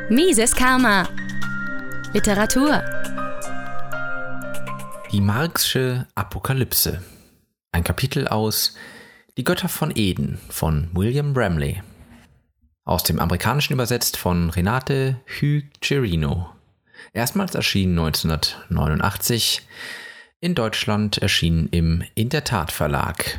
Mises Karma. Literatur. Die Marx'sche Apokalypse. Ein Kapitel aus Die Götter von Eden von William Bramley. Aus dem Amerikanischen übersetzt von Renate Hüg-Cerino. Erstmals erschienen 1989, in Deutschland erschienen im In der Tat Verlag.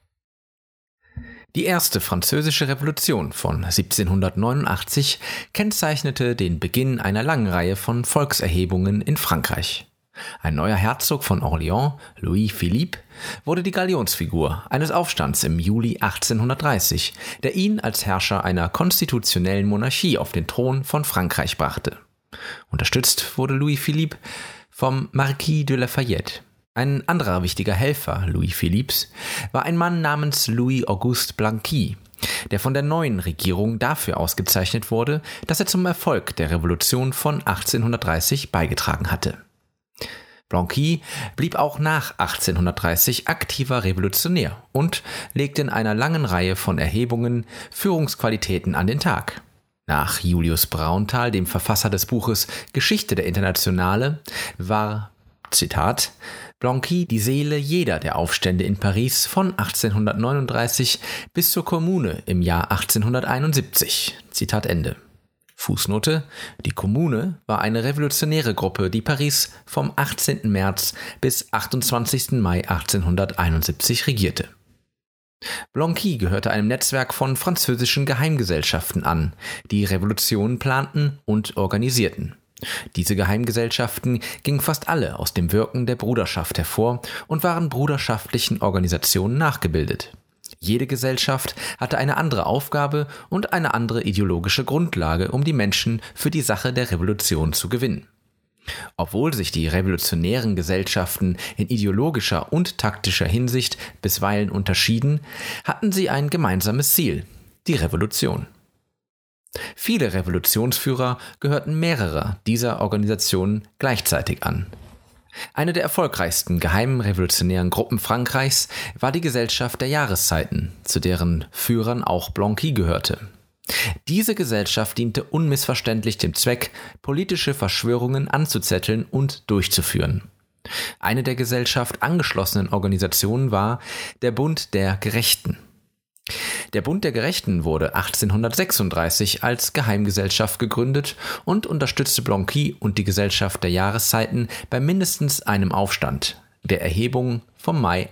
Die erste französische Revolution von 1789 kennzeichnete den Beginn einer langen Reihe von Volkserhebungen in Frankreich. Ein neuer Herzog von Orléans, Louis Philippe, wurde die Galionsfigur eines Aufstands im Juli 1830, der ihn als Herrscher einer konstitutionellen Monarchie auf den Thron von Frankreich brachte. Unterstützt wurde Louis Philippe vom Marquis de Lafayette. Ein anderer wichtiger Helfer Louis Philippes war ein Mann namens Louis-Auguste Blanqui, der von der neuen Regierung dafür ausgezeichnet wurde, dass er zum Erfolg der Revolution von 1830 beigetragen hatte. Blanqui blieb auch nach 1830 aktiver Revolutionär und legte in einer langen Reihe von Erhebungen Führungsqualitäten an den Tag. Nach Julius Braunthal, dem Verfasser des Buches Geschichte der Internationale, war, Zitat, Blanqui die Seele jeder der Aufstände in Paris von 1839 bis zur Kommune im Jahr 1871. Zitat Ende. Fußnote: Die Kommune war eine revolutionäre Gruppe, die Paris vom 18. März bis 28. Mai 1871 regierte. Blanqui gehörte einem Netzwerk von französischen Geheimgesellschaften an, die Revolutionen planten und organisierten. Diese Geheimgesellschaften gingen fast alle aus dem Wirken der Bruderschaft hervor und waren bruderschaftlichen Organisationen nachgebildet. Jede Gesellschaft hatte eine andere Aufgabe und eine andere ideologische Grundlage, um die Menschen für die Sache der Revolution zu gewinnen. Obwohl sich die revolutionären Gesellschaften in ideologischer und taktischer Hinsicht bisweilen unterschieden, hatten sie ein gemeinsames Ziel: die Revolution. Viele Revolutionsführer gehörten mehrerer dieser Organisationen gleichzeitig an. Eine der erfolgreichsten geheimen revolutionären Gruppen Frankreichs war die Gesellschaft der Jahreszeiten, zu deren Führern auch Blanqui gehörte. Diese Gesellschaft diente unmissverständlich dem Zweck, politische Verschwörungen anzuzetteln und durchzuführen. Eine der Gesellschaft angeschlossenen Organisationen war der Bund der Gerechten. Der Bund der Gerechten wurde 1836 als Geheimgesellschaft gegründet und unterstützte Blanqui und die Gesellschaft der Jahreszeiten bei mindestens einem Aufstand, der Erhebung vom Mai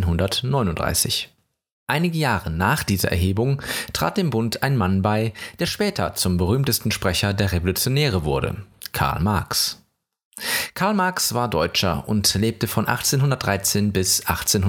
1839. Einige Jahre nach dieser Erhebung trat dem Bund ein Mann bei, der später zum berühmtesten Sprecher der Revolutionäre wurde: Karl Marx. Karl Marx war Deutscher und lebte von 1813 bis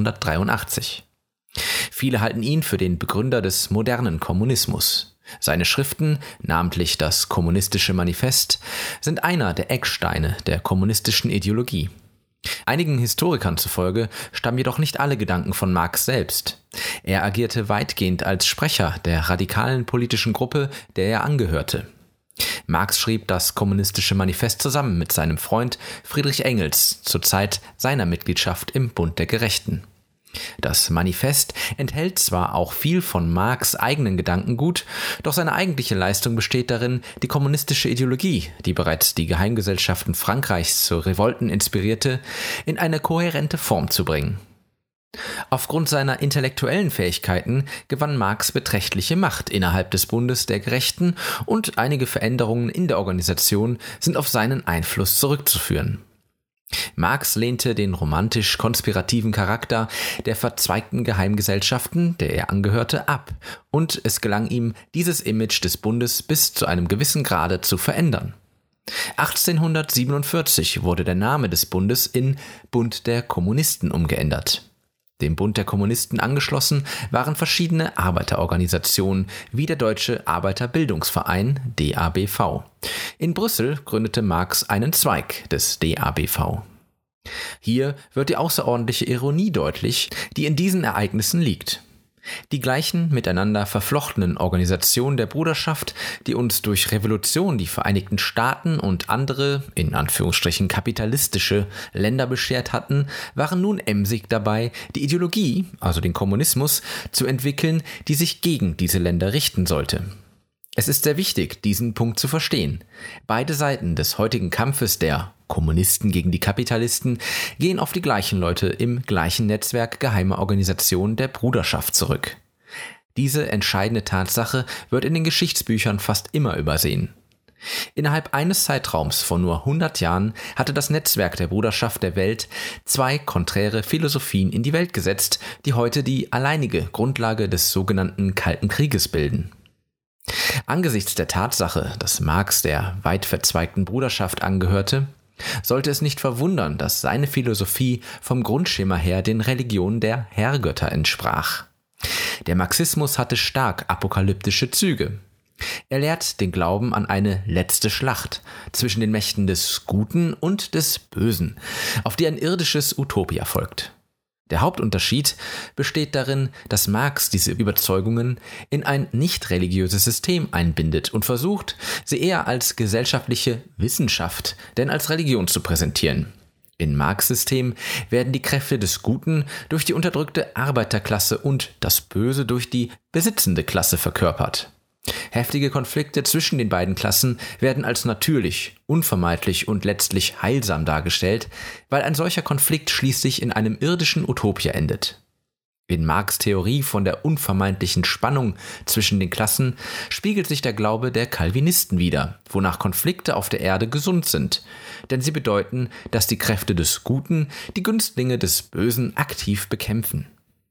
1883. Viele halten ihn für den Begründer des modernen Kommunismus. Seine Schriften, namentlich das Kommunistische Manifest, sind einer der Ecksteine der kommunistischen Ideologie. Einigen Historikern zufolge stammen jedoch nicht alle Gedanken von Marx selbst. Er agierte weitgehend als Sprecher der radikalen politischen Gruppe, der er angehörte. Marx schrieb das Kommunistische Manifest zusammen mit seinem Freund Friedrich Engels zur Zeit seiner Mitgliedschaft im Bund der Gerechten. Das Manifest enthält zwar auch viel von Marx' eigenen Gedankengut, doch seine eigentliche Leistung besteht darin, die kommunistische Ideologie, die bereits die Geheimgesellschaften Frankreichs zu Revolten inspirierte, in eine kohärente Form zu bringen. Aufgrund seiner intellektuellen Fähigkeiten gewann Marx beträchtliche Macht innerhalb des Bundes der Gerechten und einige Veränderungen in der Organisation sind auf seinen Einfluss zurückzuführen. Marx lehnte den romantisch-konspirativen Charakter der verzweigten Geheimgesellschaften, der er angehörte, ab, und es gelang ihm, dieses Image des Bundes bis zu einem gewissen Grade zu verändern. 1847 wurde der Name des Bundes in Bund der Kommunisten umgeändert. Dem Bund der Kommunisten angeschlossen waren verschiedene Arbeiterorganisationen wie der Deutsche Arbeiterbildungsverein DABV. In Brüssel gründete Marx einen Zweig des DABV. Hier wird die außerordentliche Ironie deutlich, die in diesen Ereignissen liegt. Die gleichen miteinander verflochtenen Organisationen der Bruderschaft, die uns durch Revolution die Vereinigten Staaten und andere, in Anführungsstrichen kapitalistische, Länder beschert hatten, waren nun emsig dabei, die Ideologie, also den Kommunismus, zu entwickeln, die sich gegen diese Länder richten sollte. Es ist sehr wichtig, diesen Punkt zu verstehen. Beide Seiten des heutigen Kampfes der Kommunisten gegen die Kapitalisten gehen auf die gleichen Leute im gleichen Netzwerk geheimer Organisationen der Bruderschaft zurück. Diese entscheidende Tatsache wird in den Geschichtsbüchern fast immer übersehen. Innerhalb eines Zeitraums von nur 100 Jahren hatte das Netzwerk der Bruderschaft der Welt 2 konträre Philosophien in die Welt gesetzt, die heute die alleinige Grundlage des sogenannten Kalten Krieges bilden. Angesichts der Tatsache, dass Marx der weit verzweigten Bruderschaft angehörte, sollte es nicht verwundern, dass seine Philosophie vom Grundschema her den Religionen der Herrgötter entsprach. Der Marxismus hatte stark apokalyptische Züge. Er lehrt den Glauben an eine letzte Schlacht zwischen den Mächten des Guten und des Bösen, auf die ein irdisches Utopia folgt. Der Hauptunterschied besteht darin, dass Marx diese Überzeugungen in ein nicht-religiöses System einbindet und versucht, sie eher als gesellschaftliche Wissenschaft denn als Religion zu präsentieren. In Marx' System werden die Kräfte des Guten durch die unterdrückte Arbeiterklasse und das Böse durch die besitzende Klasse verkörpert. Heftige Konflikte zwischen den beiden Klassen werden als natürlich, unvermeidlich und letztlich heilsam dargestellt, weil ein solcher Konflikt schließlich in einem irdischen Utopia endet. In Marx' Theorie von der unvermeidlichen Spannung zwischen den Klassen spiegelt sich der Glaube der Calvinisten wider, wonach Konflikte auf der Erde gesund sind, denn sie bedeuten, dass die Kräfte des Guten die Günstlinge des Bösen aktiv bekämpfen.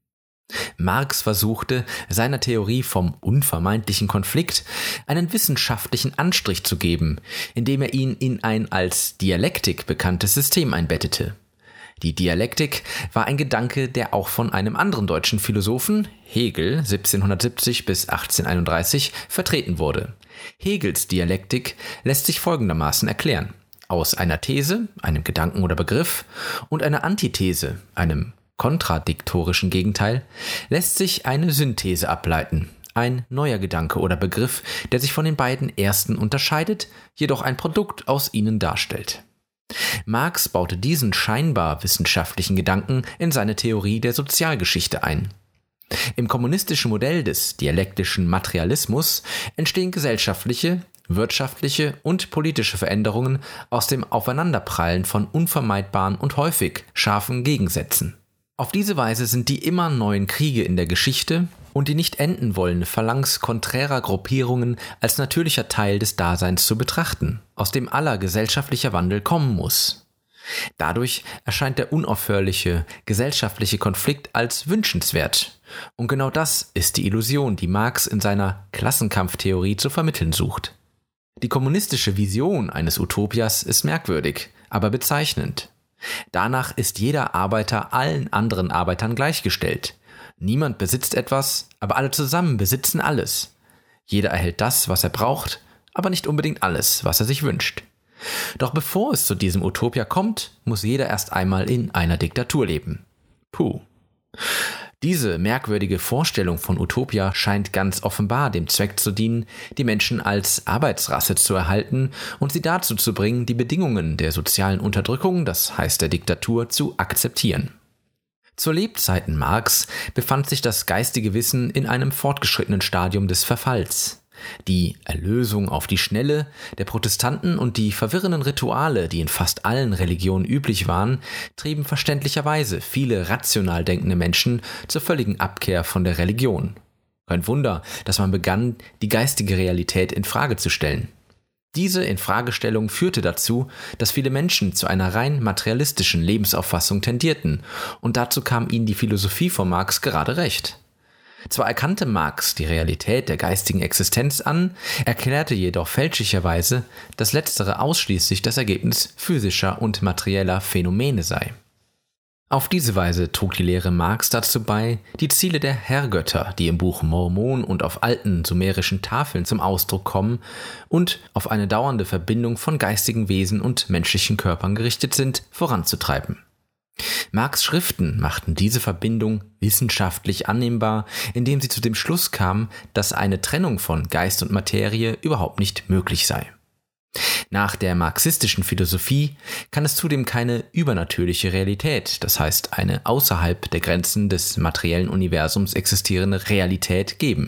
Marx versuchte, seiner Theorie vom unvermeidlichen Konflikt einen wissenschaftlichen Anstrich zu geben, indem er ihn in ein als Dialektik bekanntes System einbettete. Die Dialektik war ein Gedanke, der auch von einem anderen deutschen Philosophen, Hegel 1770 bis 1831, vertreten wurde. Hegels Dialektik lässt sich folgendermaßen erklären: Aus einer These, einem Gedanken oder Begriff, und einer Antithese, einem kontradiktorischen Gegenteil, lässt sich eine Synthese ableiten, ein neuer Gedanke oder Begriff, der sich von den beiden ersten unterscheidet, jedoch ein Produkt aus ihnen darstellt. Marx baute diesen scheinbar wissenschaftlichen Gedanken in seine Theorie der Sozialgeschichte ein. Im kommunistischen Modell des dialektischen Materialismus entstehen gesellschaftliche, wirtschaftliche und politische Veränderungen aus dem Aufeinanderprallen von unvermeidbaren und häufig scharfen Gegensätzen. Auf diese Weise sind die immer neuen Kriege in der Geschichte und die nicht enden wollende Phalanx konträrer Gruppierungen als natürlicher Teil des Daseins zu betrachten, aus dem aller gesellschaftlicher Wandel kommen muss. Dadurch erscheint der unaufhörliche gesellschaftliche Konflikt als wünschenswert. Und genau das ist die Illusion, die Marx in seiner Klassenkampftheorie zu vermitteln sucht. Die kommunistische Vision eines Utopias ist merkwürdig, aber bezeichnend. Danach ist jeder Arbeiter allen anderen Arbeitern gleichgestellt. Niemand besitzt etwas, aber alle zusammen besitzen alles. Jeder erhält das, was er braucht, aber nicht unbedingt alles, was er sich wünscht. Doch bevor es zu diesem Utopia kommt, muss jeder erst einmal in einer Diktatur leben. Puh. Diese merkwürdige Vorstellung von Utopia scheint ganz offenbar dem Zweck zu dienen, die Menschen als Arbeitsrasse zu erhalten und sie dazu zu bringen, die Bedingungen der sozialen Unterdrückung, das heißt der Diktatur, zu akzeptieren. Zur Lebzeiten Marx befand sich das geistige Wissen in einem fortgeschrittenen Stadium des Verfalls. Die Erlösung auf die Schnelle der Protestanten und die verwirrenden Rituale, die in fast allen Religionen üblich waren, trieben verständlicherweise viele rational denkende Menschen zur völligen Abkehr von der Religion. Kein Wunder, dass man begann, die geistige Realität in Frage zu stellen. Diese Infragestellung führte dazu, dass viele Menschen zu einer rein materialistischen Lebensauffassung tendierten, und dazu kam ihnen die Philosophie von Marx gerade recht. Zwar erkannte Marx die Realität der geistigen Existenz an, erklärte jedoch fälschlicherweise, dass letztere ausschließlich das Ergebnis physischer und materieller Phänomene sei. Auf diese Weise trug die Lehre Marx dazu bei, die Ziele der Herrgötter, die im Buch Mormon und auf alten sumerischen Tafeln zum Ausdruck kommen und auf eine dauernde Verbindung von geistigen Wesen und menschlichen Körpern gerichtet sind, voranzutreiben. Marx' Schriften machten diese Verbindung wissenschaftlich annehmbar, indem sie zu dem Schluss kamen, dass eine Trennung von Geist und Materie überhaupt nicht möglich sei. Nach der marxistischen Philosophie kann es zudem keine übernatürliche Realität, das heißt eine außerhalb der Grenzen des materiellen Universums existierende Realität geben.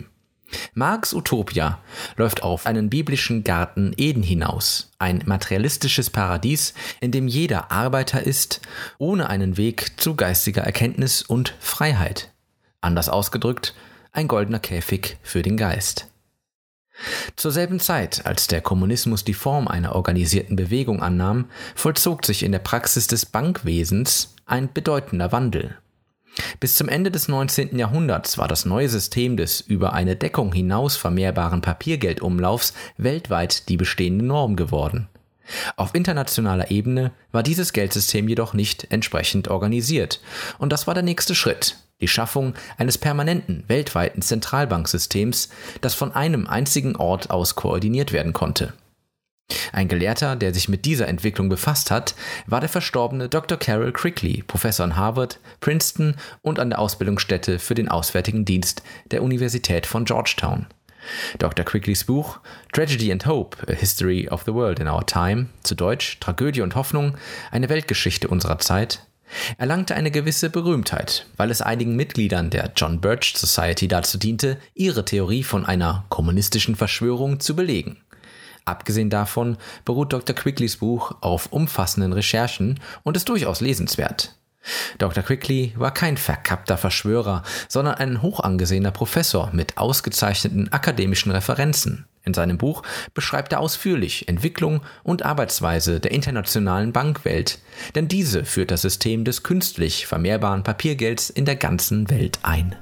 Marx' Utopia läuft auf einen biblischen Garten Eden hinaus, ein materialistisches Paradies, in dem jeder Arbeiter ist, ohne einen Weg zu geistiger Erkenntnis und Freiheit. Anders ausgedrückt, ein goldener Käfig für den Geist. Zur selben Zeit, als der Kommunismus die Form einer organisierten Bewegung annahm, vollzog sich in der Praxis des Bankwesens ein bedeutender Wandel. Bis zum Ende des 19. Jahrhunderts war das neue System des über eine Deckung hinaus vermehrbaren Papiergeldumlaufs weltweit die bestehende Norm geworden. Auf internationaler Ebene war dieses Geldsystem jedoch nicht entsprechend organisiert, und das war der nächste Schritt, die Schaffung eines permanenten weltweiten Zentralbanksystems, das von einem einzigen Ort aus koordiniert werden konnte. Ein Gelehrter, der sich mit dieser Entwicklung befasst hat, war der verstorbene Dr. Carroll Quigley, Professor an Harvard, Princeton und an der Ausbildungsstätte für den Auswärtigen Dienst der Universität von Georgetown. Dr. Quigleys Buch Tragedy and Hope, A History of the World in Our Time, zu Deutsch Tragödie und Hoffnung, eine Weltgeschichte unserer Zeit, erlangte eine gewisse Berühmtheit, weil es einigen Mitgliedern der John Birch Society dazu diente, ihre Theorie von einer kommunistischen Verschwörung zu belegen. Abgesehen davon beruht Dr. Quigleys Buch auf umfassenden Recherchen und ist durchaus lesenswert. Dr. Quigley war kein verkappter Verschwörer, sondern ein hoch angesehener Professor mit ausgezeichneten akademischen Referenzen. In seinem Buch beschreibt er ausführlich Entwicklung und Arbeitsweise der internationalen Bankwelt, denn diese führt das System des künstlich vermehrbaren Papiergelds in der ganzen Welt ein.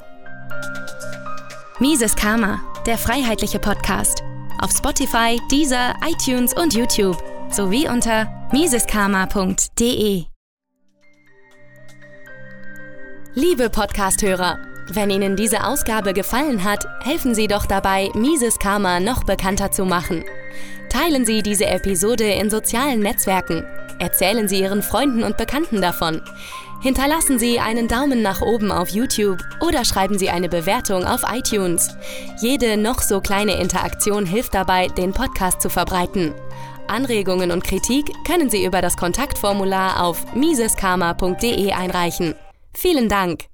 Mises Karma, der freiheitliche Podcast. Auf Spotify, Deezer, iTunes und YouTube sowie unter miseskarma.de. Liebe Podcast-Hörer, wenn Ihnen diese Ausgabe gefallen hat, helfen Sie doch dabei, Mises Karma noch bekannter zu machen. Teilen Sie diese Episode in sozialen Netzwerken. Erzählen Sie Ihren Freunden und Bekannten davon. Hinterlassen Sie einen Daumen nach oben auf YouTube oder schreiben Sie eine Bewertung auf iTunes. Jede noch so kleine Interaktion hilft dabei, den Podcast zu verbreiten. Anregungen und Kritik können Sie über das Kontaktformular auf miseskarma.de einreichen. Vielen Dank!